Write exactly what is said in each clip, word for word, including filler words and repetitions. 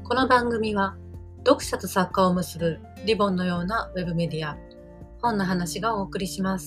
この番組は読者と作家を結ぶリボンのようなウェブメディア、本の話がお送りします。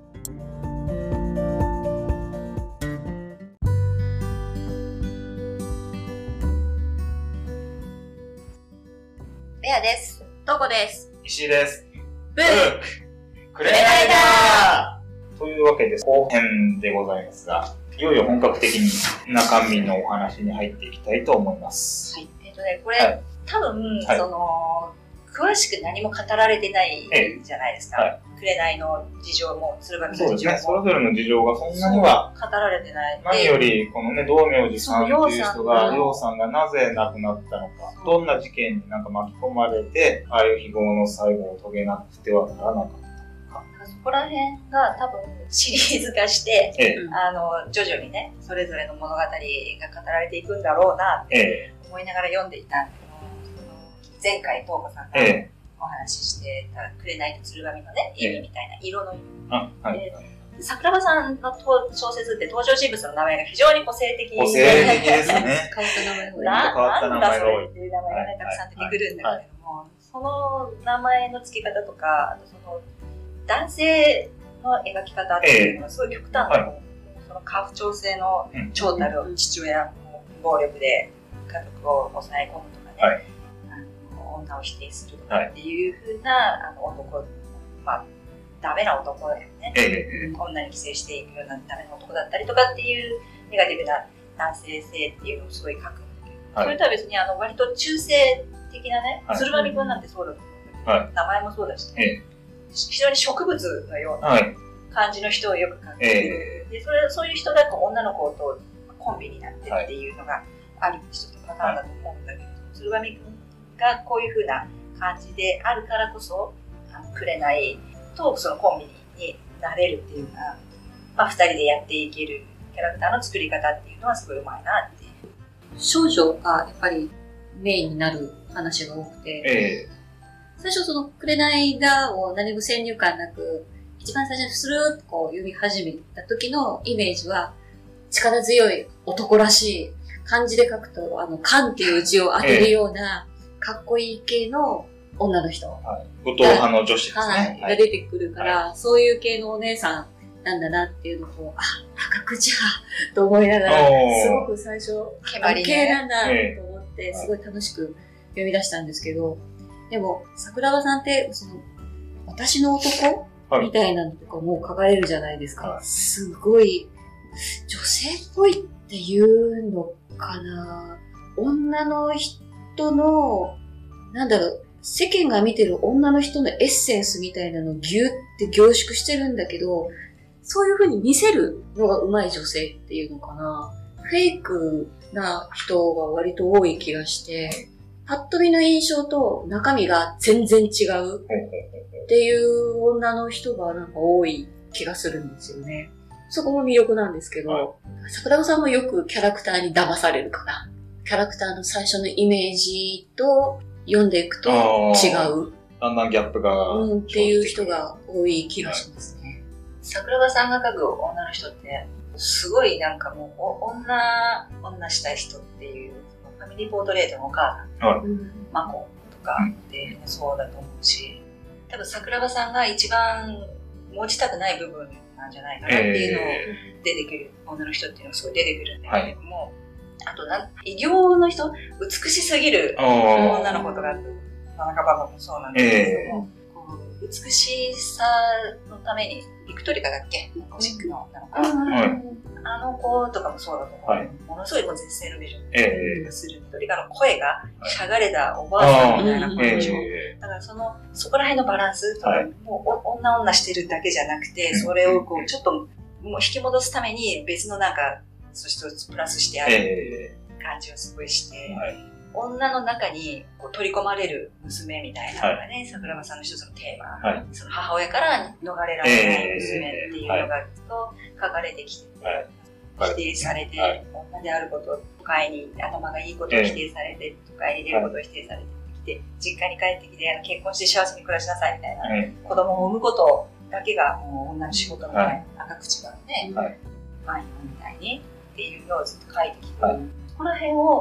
ベアです。トコです。 石井です。 ブークレナイダーというわけで後編でございますが、いよいよ本格的に中身のお話に入っていきたいと思います。 はい。えっとね、これ、 はい、 多分、 はい、 その、詳しく何も語られてないじゃないですか。はい、紅の事情も、鶴亀の事情も。そうですね。 それぞれの事情がそんなには語られてない。 何より、このね、道明寺さんという人が、楊さんがなぜ亡くなったのか、どんな事件になんか巻き込まれて、ああいう非業の最後を遂げなくてはならなかった。 そこら辺が多分シリーズ化して、ええ、あの徐々にねそれぞれの物語が語られていくんだろうなって思いながら読んでいたんだけど、前回東子さんがお話ししてた「紅と鶴亀のね意味」みたいな色の意味、はい、で桜庭さんの小説って登場人物の名前が非常に個性的で個性的ですね変わった名前が多いなんだそれっていう名前がねたくさん出てくるんだけれども、その名前の付け方とかあとその男性の描き方っていうのがすごい極端な、えーはい、その家父長制の長たる父親の暴力で家族を抑え込むとかね、はい、あの女を否定するとかっていう風な、はい、あの男、まあダメな男だよね、えー、女に寄生していくようなダメな男だったりとかっていうネガティブな男性性っていうのをすごい書くんだけど、はい、それとは別にあの割と中性的なね、鶴亀君なんてそうだと思うんだけど、はい、名前もそうだしね、えー非常に植物のような感じの人をよく感じる、はい、でそれそういう人が女の子とコンビになってっていうのがある一つのパターンだと思うんだけど、鶴亀君がこういう風な感じであるからこそあの紅とそのコンビになれるっていうのが、まあ、ふたりでやっていけるキャラクターの作り方っていうのはすごいうまいなっていう。少女がやっぱりメインになる話が多くて、えー最初その紅だを何も先入観なく、一番最初にスルーッとこう読み始めた時のイメージは、力強い男らしい、漢字で書くと、あの、漢っていう字を当てるような、かっこいい系の女の人。 はい。後藤派の女子ですね。 はい。が出てくるから、はい、そういう系のお姉さんなんだなっていうのを、あ、赤口派と思いながら、すごく最初、系なんだと思って、すごい楽しく読み出したんですけど、でも、桜庭さんって、その、私の男、はい、みたいなのとかも書かれるじゃないですか。はい、すごい、女性っぽいっていうのかな。女の人の、なんだろう、世間が見てる女の人のエッセンスみたいなのをギュって凝縮してるんだけど、そういう風に見せるのが上手い女性っていうのかな。フェイクな人が割と多い気がして、パッと見の印象と中身が全然違うっていう女の人がなんか多い気がするんですよね。そこも魅力なんですけど、はい、桜庭さんもよくキャラクターに騙されるかな。キャラクターの最初のイメージと読んでいくと違う。 だんだんギャップが、 うん、っていう人が多い気がしますね。はい、桜庭さんが描く女の人ってすごいなんかもう女、女したい人っていうファミリーポートレートのお母さん、はい、マコとかってそうだと思うし、多分桜庭さんが一番持ちたくない部分なんじゃないかなっていうのを出てくる、えー、女の人っていうのがすごい出てくるんだけれども、はい、あとな異形の人、美しすぎる女の子とか、田中ババもそうなんですけども、えー、こう美しさのためにビクトリカだっけ、ゴシックの女の子、はい、あの子とかもそうだと思う、はい、ものすごいこう絶世の美女がするビクトリカの声がしゃがれたおばあさんみたいな声でしょ、えー、だからそのそこら辺のバランス、はい、もう女女してるだけじゃなくて、それをこうちょっともう引き戻すために別のなんかそしてプラスしてある感じをすごいして、えーはい、女の中にこう取り込まれる娘みたいなのがね、はい、桜庭さんの一つのテーマ、はい、その母親から逃れられない娘っていうのがずっと書かれてきてて、はい、否定されて、はい、女であること、都会に頭がいいことを否定されて、都会に出ることを否定されてきて、実家に帰ってきて結婚して幸せに暮らしなさいみたいな、はい、子供を産むことだけがもう女の仕事みたいな、はい、赤口がね、はい、マインみたいにっていうのをずっと書いてきて、はい、この辺を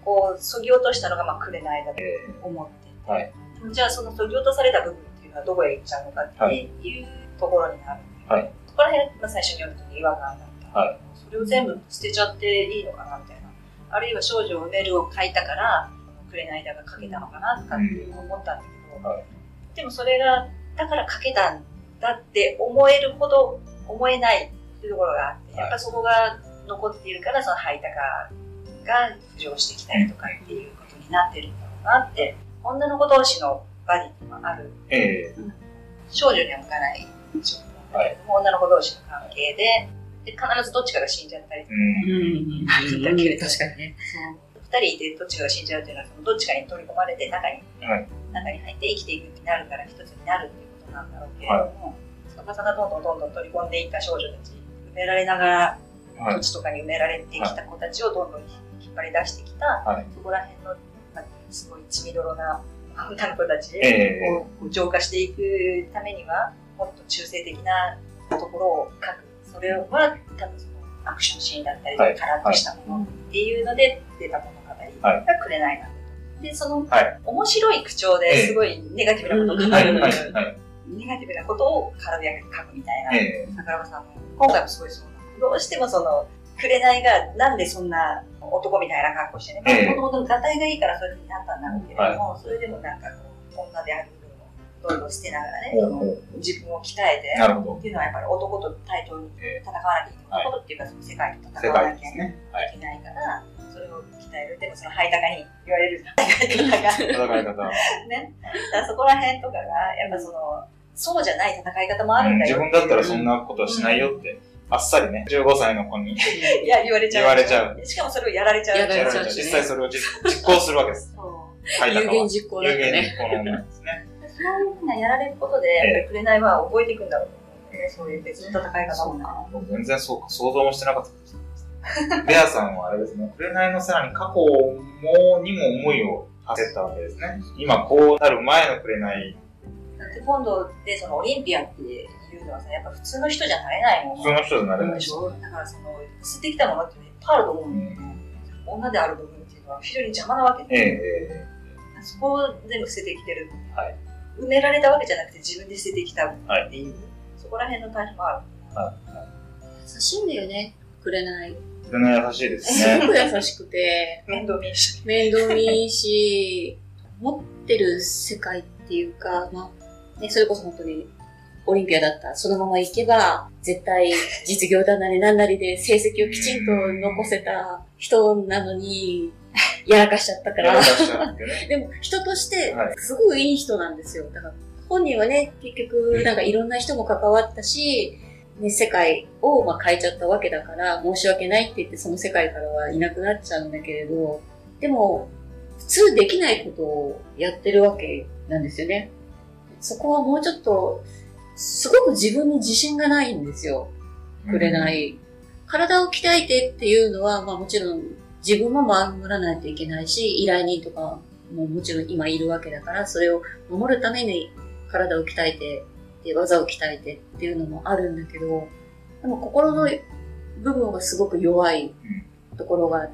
こう、そぎ落としたのが、まあ、紅だと思ってて、はい、じゃあそのそぎ落とされた部分っていうのはどこへ行っちゃうのかっていうところになる。はい、そこら辺、まあ、最初に読むときに違和感だった。はい、それを全部捨てちゃっていいのかなみたいな。あるいは少女を埋めるを書いたから、紅だが書けたのかなとかって思ったんだけど、うんはい、でもそれが、だから書けたんだって思えるほど思えないっていうところがあって、やっぱそこが残っているから、そのハイタカが浮上してきたりとかっていうことになってるんだろうなって、女の子同士のバディもある、えー、少女には向かない状況なんだけども、はい、女の子同士の関係で、で必ずどっちかが死んじゃったりとか、ね、あるんだけれど、確かにね。ふたりいてどっちかが死んじゃうっていうのは、そのどっちかに取り込まれて中に、はい、中に入って生きていくってなるから一つになるっていうことなんだろうけれども、その方がどんどんどんどん取り込んでいった少女たち、埋められながら、土地とかに埋められてきた子たちをどんどん引っ張り出してきた、はい、そこら辺の、まあ、すごい血みどろな女の子たちを浄化していくためには、もっと中性的なところを書く。それは多分そのアクションシーンだったりとか、カラッとしたものっていうので出た物語がくれないなと。で、その、はい、面白い口調ですごいネガティブなことを書く、ネガティブなことを軽やかに書くみたいな、えー、桜庭さんの、今回もすごいそうなの。どうしてもその、紅がなんでそんな男みたいな格好してね、もともとガタイがいいからそういう風になったんだろうけれども、はい、それでもなんかこう、女である部分をどんどん捨てながらね、その自分を鍛えて、っていうのはやっぱり男と対等に戦わなきゃいけない。男っていうかその世界と戦わなきゃいけないから、それを鍛える。でもそのハイタカに言われる戦い方が。戦い方。ね。だからそこら辺とかが、やっぱその、そうじゃない戦い方もあるんだよ、 うん。自分だったらそんなことしないよって。うん、あっさりね、じゅうごさいの子に。 いや、言われちゃう。 言われちゃう。 しかもそれをやられちゃう。 やられちゃう。 実際それを実行するわけです。 そう。有言実行だね。 有言実行の女ですね。 そういうふうなやられることで、やっぱり紅は覚えていくんだろうと思うんで、そういう別の戦い方もな。 全然そうか、想像もしてなかったです。ベアさんはあれですね、紅のさらに過去もにも思いを馳せたわけですね。今こうなる前の紅。 だって今度でそのオリンピアっていうのはさ、やっぱ普通の人じゃなれないもん。 普通の人じゃなれないでしょ。だからその、捨ててきたものっていっぱいあると思うんだよね。うん、女である部分っていうのは非常に邪魔なわけで、えー、そこを全部捨ててきてる。はい、埋められたわけじゃなくて自分で捨ててきたっていう、はい、そこら辺の対比もある。はいはい、 優しいんだよね、紅。 紅優しいですね。 すごく優しくて。 面倒見いいし。 面倒見いいし、持ってる世界っていうか、まあ、ね、それこそ本当にオリンピアだったらそのまま行けば、絶対実業団なり何なりで成績をきちんと残せた人なのに、やらかしちゃったから。ね、でも人としてすごくいい人なんですよ。だから本人はね、結局なんかいろんな人も関わったし、ね、世界をまあ変えちゃったわけだから、申し訳ないって言ってその世界からはいなくなっちゃうんだけれど、でも普通できないことをやってるわけなんですよね。そこはもうちょっと、すごく自分に自信がないんですよ。紅。うん、体を鍛えてっていうのは、まあもちろん自分も守らないといけないし、依頼人とかももちろん今いるわけだから、それを守るために体を鍛えて、で技を鍛えてっていうのもあるんだけど、でも心の部分がすごく弱いところがあって、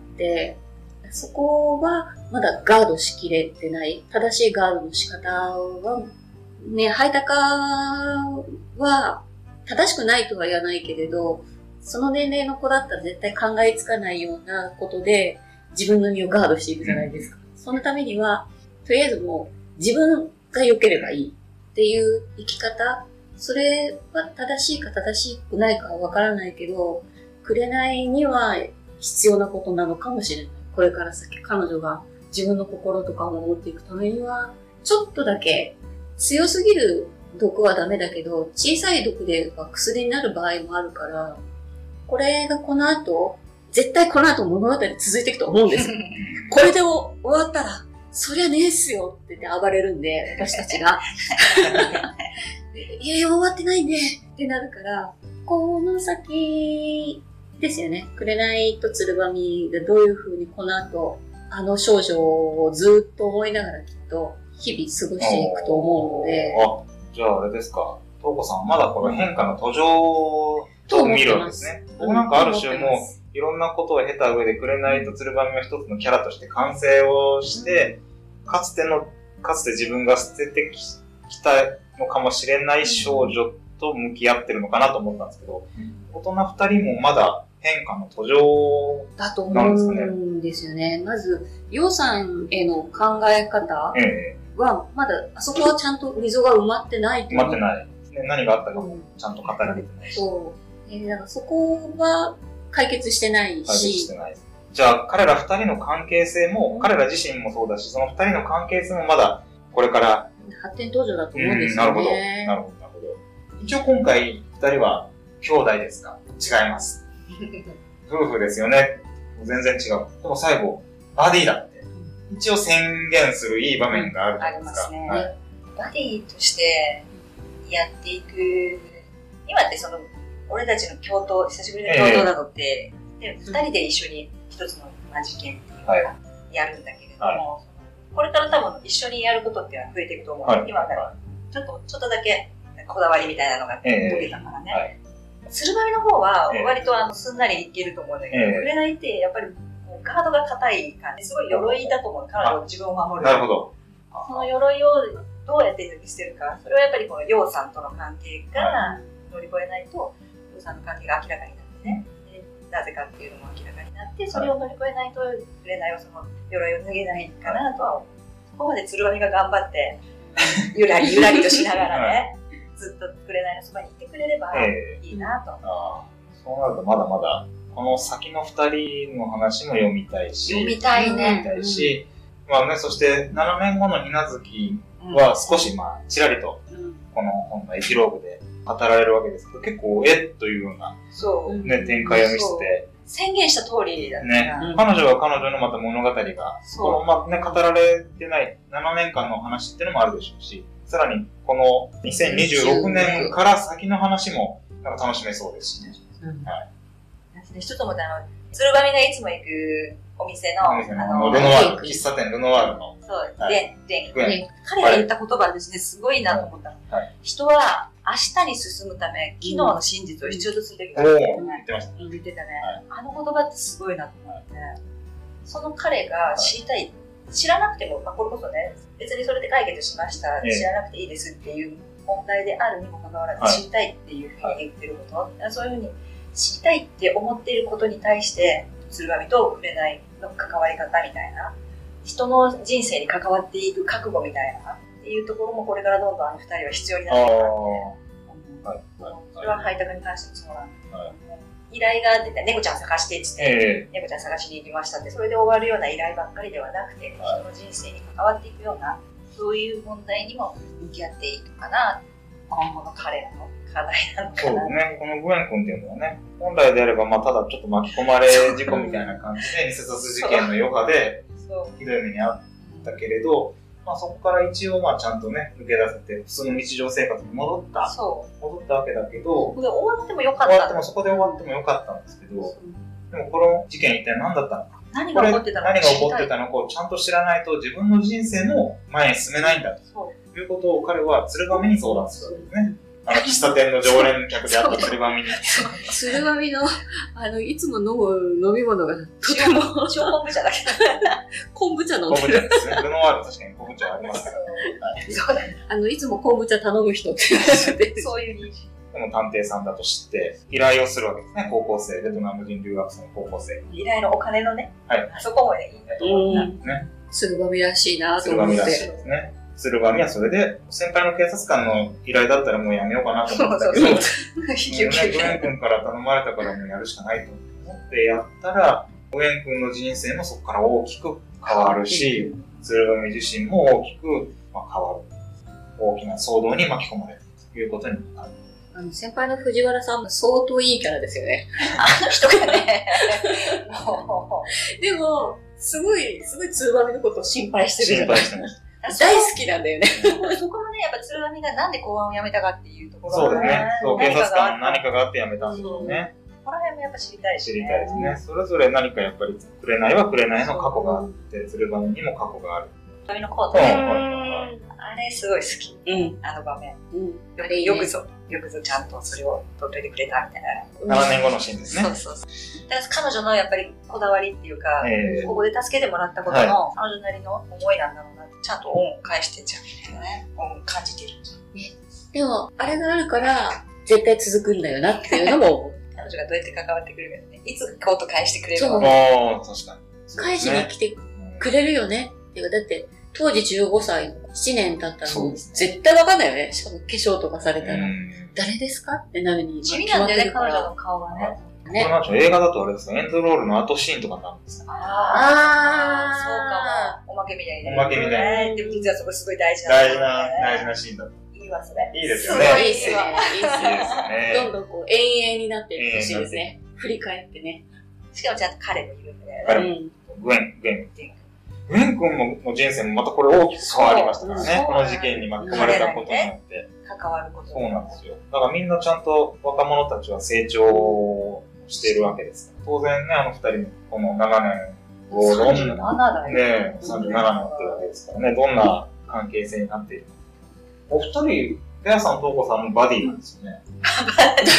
そこはまだガードしきれてない。正しいガードの仕方は、ね、ハイタカは正しくないとは言わないけれど、その年齢の子だったら絶対考えつかないようなことで自分の身をガードしていくじゃないですか。そのためには、とりあえずもう自分が良ければいいっていう生き方、それは正しいか正しくないかはわからないけど、紅には必要なことなのかもしれない。これから先彼女が自分の心とかを守っていくためには、ちょっとだけ強すぎる毒はダメだけど、小さい毒では薬になる場合もあるから、これがこの後、絶対この後物語続いていくと思うんですよ。これで終わったら、そりゃねえっすよって言って暴れるんで、私たちが。いやいや終わってないんでってなるから、この先ですよね。紅と鶴髪がどういう風にこの後、あの少女をずっと思いながらきっと日々過ごしていくと思うので。 あ、じゃああれですか。東子さんはまだこの変化の途上と見るわけですね。僕なんかある種もういろんなことを経た上で紅と鶴亀を一つのキャラとして完成をして、かつての、かつて自分が捨ててきたのかもしれない少女と向き合ってるのかなと思ったんですけど、大人二人もまだ変化の途上だと思うんですよね。まず、ヨウさんへの考え方は、まだ、あそこはちゃんと溝が埋まってないと思う。埋まってない。何があったかもちゃんと語られてないし。 そう。えー、だからそこは解決してないし。解決してない。じゃあ、彼ら二人の関係性も、うん、彼ら自身もそうだし、その二人の関係性もまだ、これから。 発展途上だと思うんですよね。 なるほど。なるほど、なるほど。一応今回、二人は兄弟ですか？違います。夫婦ですよね。全然違う。でも最後、バディだって。一応宣言するいい場面があるじゃないですか。 ありますね。はい、バディとしてやっていく、今ってその、俺たちの共闘、久しぶりの共闘なのって、えー、で二人で一緒に一つの事件っていうか、やるんだけれども、はい、これから多分一緒にやることっていうのは増えていくと思う。はい、今からちょっと、ちょっとだけこだわりみたいなのが出てたからね。えーはい鶴亀の方は割とあのすんなりいけると思うんだけど、ええ、紅ってやっぱりガードが硬い感じ、すごい鎧だと思う。彼女自分を守る。 なるほど。 その鎧をどうやって抜き捨てるか、それはやっぱりこのヨウさんとの関係が乗り越えないと、ヨウさんの関係が明らかになってね、でなぜかっていうのも明らかになって、それを乗り越えないと、紅はその鎧を脱げないかなとは、そこまで鶴亀が頑張って、ゆらりゆらりとしながらね、ずっと紅のそばにいてくれればいいなと、えー、あそうなるとまだまだこの先の二人の話も読みたいし読みたいね読みたいし、うん、まあね、そしてななねんごのひなずきは少しまあちらりとこの本のエピローグで語られるわけですけど、結構えっというような、 そうね、展開を見せて宣言した通りだったね、うん、彼女は彼女のまた物語がこの、まあね、語られてないななねんかんの話っていうのもあるでしょうし、さらに、このにせんにじゅうろくねんから先の話もなんか楽しめそうですしね。 うんはい、一つ思ったのは、鶴亀がいつも行くお店の、 お店のあのルノワール、喫茶店ルノワールの。 そう、はい、で、で、で、彼が言った言葉ですね、すごいなと思ったの。はい、人は明日に進むため、昨日の真実を必要とするべきだって言ってました。言ってたね、はい。あの言葉ってすごいなと思って、その彼が知りたい。はい知らなくても、まあ、これこそね、別にそれで解決しました、ええ、知らなくていいですっていう問題であるにもかかわらず、はい、知りたいっていうふうに言ってること、はい、そういうふうに知りたいって思っていることに対して、鶴亀と紅の関わり方みたいな、人の人生に関わっていく覚悟みたいな、っていうところもこれからどんどんあの二人は必要になっていくので、はいはい、それは配卓に関してもそうなんですけど、はい依頼が出た猫ちゃん探してって言って、えー、猫ちゃん探しに行きましたって、それで終わるような依頼ばっかりではなくて、はい、人の人生に関わっていくような、そういう問題にも向き合っていくかな、今後の彼らの課題なのかな。 そうですね。このグエン君っていうのはね、本来であれば、まあ、ただちょっと巻き込まれ事故みたいな感じで、偽札事件の余波で、ひどい目に遭ったけれど、まあ、そこから一応まあちゃんとね抜け出せて普通の日常生活に戻ったそう戻ったわけだけど、 で終わってもよかった終わってもそこで終わってもよかったんですけど、でもこの事件一体何だったのか、 何が起こってたのか何が起こってたのかをちゃんと知らないと自分の人生も前に進めないんだということを彼は鶴亀に相談するわけですね。あの喫茶店の常連客であった鶴亀に。 鶴亀の、あの、いつも飲む飲み物がとても。 塩昆布茶だけ昆布茶飲んでる。 昆布茶ですね。ルノワール確かに昆布茶ありますから。 そうだね。あの、いつも昆布茶頼む人ってそういう認識。 でも探偵さんだと知って、依頼をするわけですね。高校生、ベトナム人留学生の高校生。 依頼のお金のね。 はい。 そこもね、いいんだと思うんだ。 ね。鶴亀らしいなと思って。 鶴亀らしいですね。鶴亀はそれで、先輩の警察官の依頼だったらもうやめようかなと思ったけど、 そうそうそう引き受けて。 グエン君から頼まれたからもうやるしかないと思ってやったら、グエン君の人生もそこから大きく変わるし、鶴亀自身も大きく、まあ、変わる。大きな騒動に巻き込まれるということになる。 あの先輩の藤原さんも相当いいキャラですよね。 あの人がね。 もうでも、すごい、すごい鶴亀のことを心配してるじゃない心配してます。 大好きなんだよね。 そこもね、やっぱ鶴亀がなんで公安を辞めたかっていうところそうですね。そう、警察官も何かがあって辞めたんですよね。 この辺もやっぱ知りたいし、 ね。知りたいですね。それぞれ何かやっぱり、紅は紅の過去があって、鶴亀にも過去がある。 鳥のコートね。 あれすごい好き。うん。あの場面。うん。あれよくぞ、よくぞちゃんとそれを取っといてくれたみたいな。ななねんごのシーンですね。 そうそうそう。だから彼女のやっぱりこだわりっていうか、ここで助けてもらったことの彼女なりの思いなんだろうなって、ちゃんと恩を返してんじゃんみたいなね。恩を感じてる。 でも、あれがあるから、絶対続くんだよなっていうのも思う。 彼女がどうやって関わってくるかね。いつコート返してくれるのか。ああ、確かに。 返しに来てくれるよね。っていうか、だって、当時じゅうごさい、ななねん経ったら、絶対わかんないよね。しかも化粧とかされたら。誰ですかってなるに。 地味なんだよね、彼女の顔がね。 ね、これなんでしょう、映画だとあれですか、エンドロールの後シーンとかになるんですか？ ああ、そうかも。おまけみたいな。 おまけみたいな。 でも実はそこすごい大事な。 大事な、大事なシーンだった。 いいわ、それ。 いいですよね。 すごいいいっすね。いいっすね。どんどんこう、永遠になっていってほしいですね。振り返ってね。 しかもちゃんと彼もいるんだよね。 彼も。グエン、グエン。グエン君の人生もまたこれ大きく変わりましたからね。この事件に巻き込まれたことによって。 関わること。 そうなんですよ。だからみんなちゃんと若者たちは成長しているわけですから。当然ね、あの二人のこのななねんをどんな、 さんじゅうななだよね、さんじゅうななねんやってるわけですからね、どんな関係性になっているのか。お二人、ペアさん、トウコさんのバディなんですよね。 バディ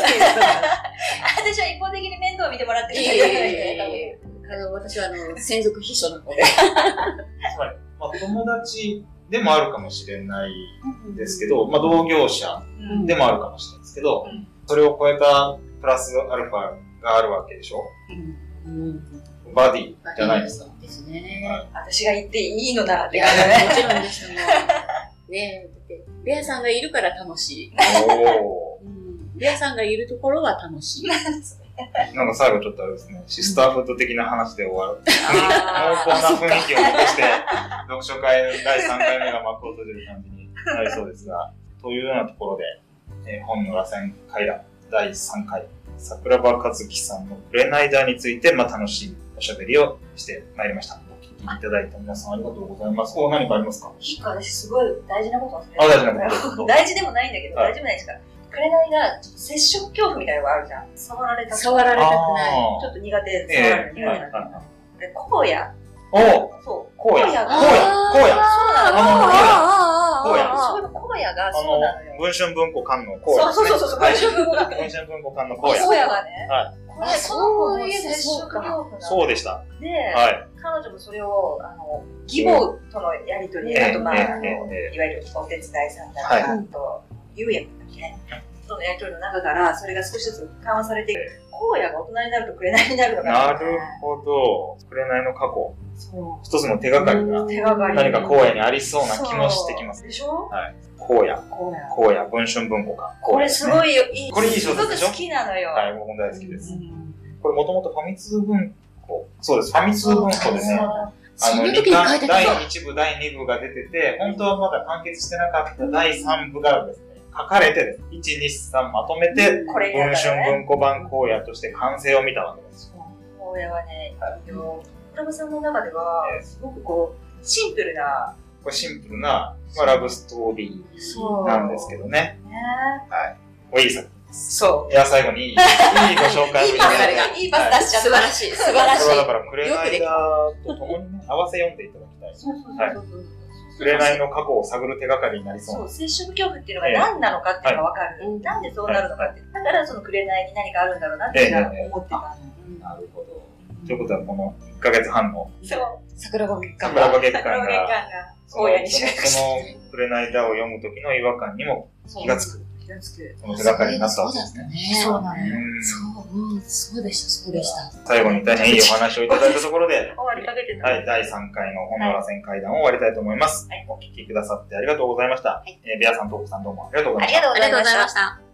私は一方的に面倒を見てもらってるんだけど、 あの、私はあの、専属秘書なので。 つまり、まあ、友達でもあるかもしれないですけど、まあ、同業者でもあるかもしれないですけど、うん、それを超えたプラスアルファがあるわけでしょ、うんうん、バディじゃないですか。 ですね、 はい。私が言っていいのならって感じだね。もちろんですよ。ねえ、だって、レアさんがいるから楽しい。おー、うん、レアさんがいるところは楽しい。 なんか最後ちょっとあれですね、シスターフード的な話で終わる。濃厚な雰囲気を残して、読書会だいさんかいめが幕を閉じる感じになりそうですが、というようなところで、えー、本の螺旋階段だいさんかい、桜庭和樹さんの紅台について、まあ、楽しいおしゃべりをしてまいりました。お聞きいただいた皆さんありがとうございます。お、何かありますか？ 一個私すごい大事なこと忘れてあ、大事なこと。 大事でもないんだけど、大丈夫ないですか？紅が、ちょっと接触恐怖みたいなのがあるじゃん。触られたくない。 触られたくない。 ちょっと苦手、触られる苦手なんだけど。で、荒野。 おそう。 荒野。 が。 荒野。荒野。 そうなの。 荒野。 そういえば荒野が、そうなのよ。 文春文庫館の荒野。 そうそうそう、文春文庫館。 文春文庫館の荒野。 荒野がね。 はい。 これ、その子の接触恐怖なの。 そうでした。 で、彼女もそれを、あの、義母とのやりとり、あとまあ、いわゆるお手伝いさんだったり、あと、優也君だっけね。そのやりとりの中からそれが少しずつ緩和されて、荒野が大人になると紅になるのかな。 なるほど。紅の過去。そう。一つの手がかりが、 手がかり何か荒野にありそうな気もしてきます。 でしょ？ はい。荒野。荒野。文春文庫か。 これすごいよ。いい。 これいい小説でしょ？ 好きなのよ。 はい、僕も大好きです。これもともとファミ通文庫。そうです。ファミ通文庫でね。あの、だいいち部、だいに部が出てて、本当はまだ完結してなかっただいさん部がですね、書かれて、いち、に、さんまとめて、文春文庫版荒野として完成を見たわけです。 荒野はね、倉間さんの中では、すごくこう、シンプルな、 これシンプルな、まあ、ラブストーリーなんですけどね。はい。おいい作品です。 そう。 いや、最後にいい、いいご紹介をいただいて。 いいパス出しちゃった。素晴らしい。素晴らしい。 これはだから、紅と共にね、合わせ読んでいただきたい。そうそうそうそう。紅の過去を探る手がかりになりそう。 そう、接触恐怖っていうのが何なのかっていうのがわかる。なんでそうなるのかって。だからその紅に何かあるんだろうなって思ってた。 なるほど。ということは、このいっかげつはんの。 そう。桜庭月間が。桜庭月間が。 荒野に集約して。その紅だを読む時の違和感にも気がつく。 気がつく。 その手がかりになったわけですね。 そうだね。 そう、うん、そうでした、そうでした。 最後に大変いいお話をいただいたところで、 終わりかけてた。 はい、だいさんかいの本の螺旋階段を終わりたいと思います。はい、お聞きくださってありがとうございました。はい、えー、ベアさん、トークさんどうもありがとうございました。 ありがとうございました。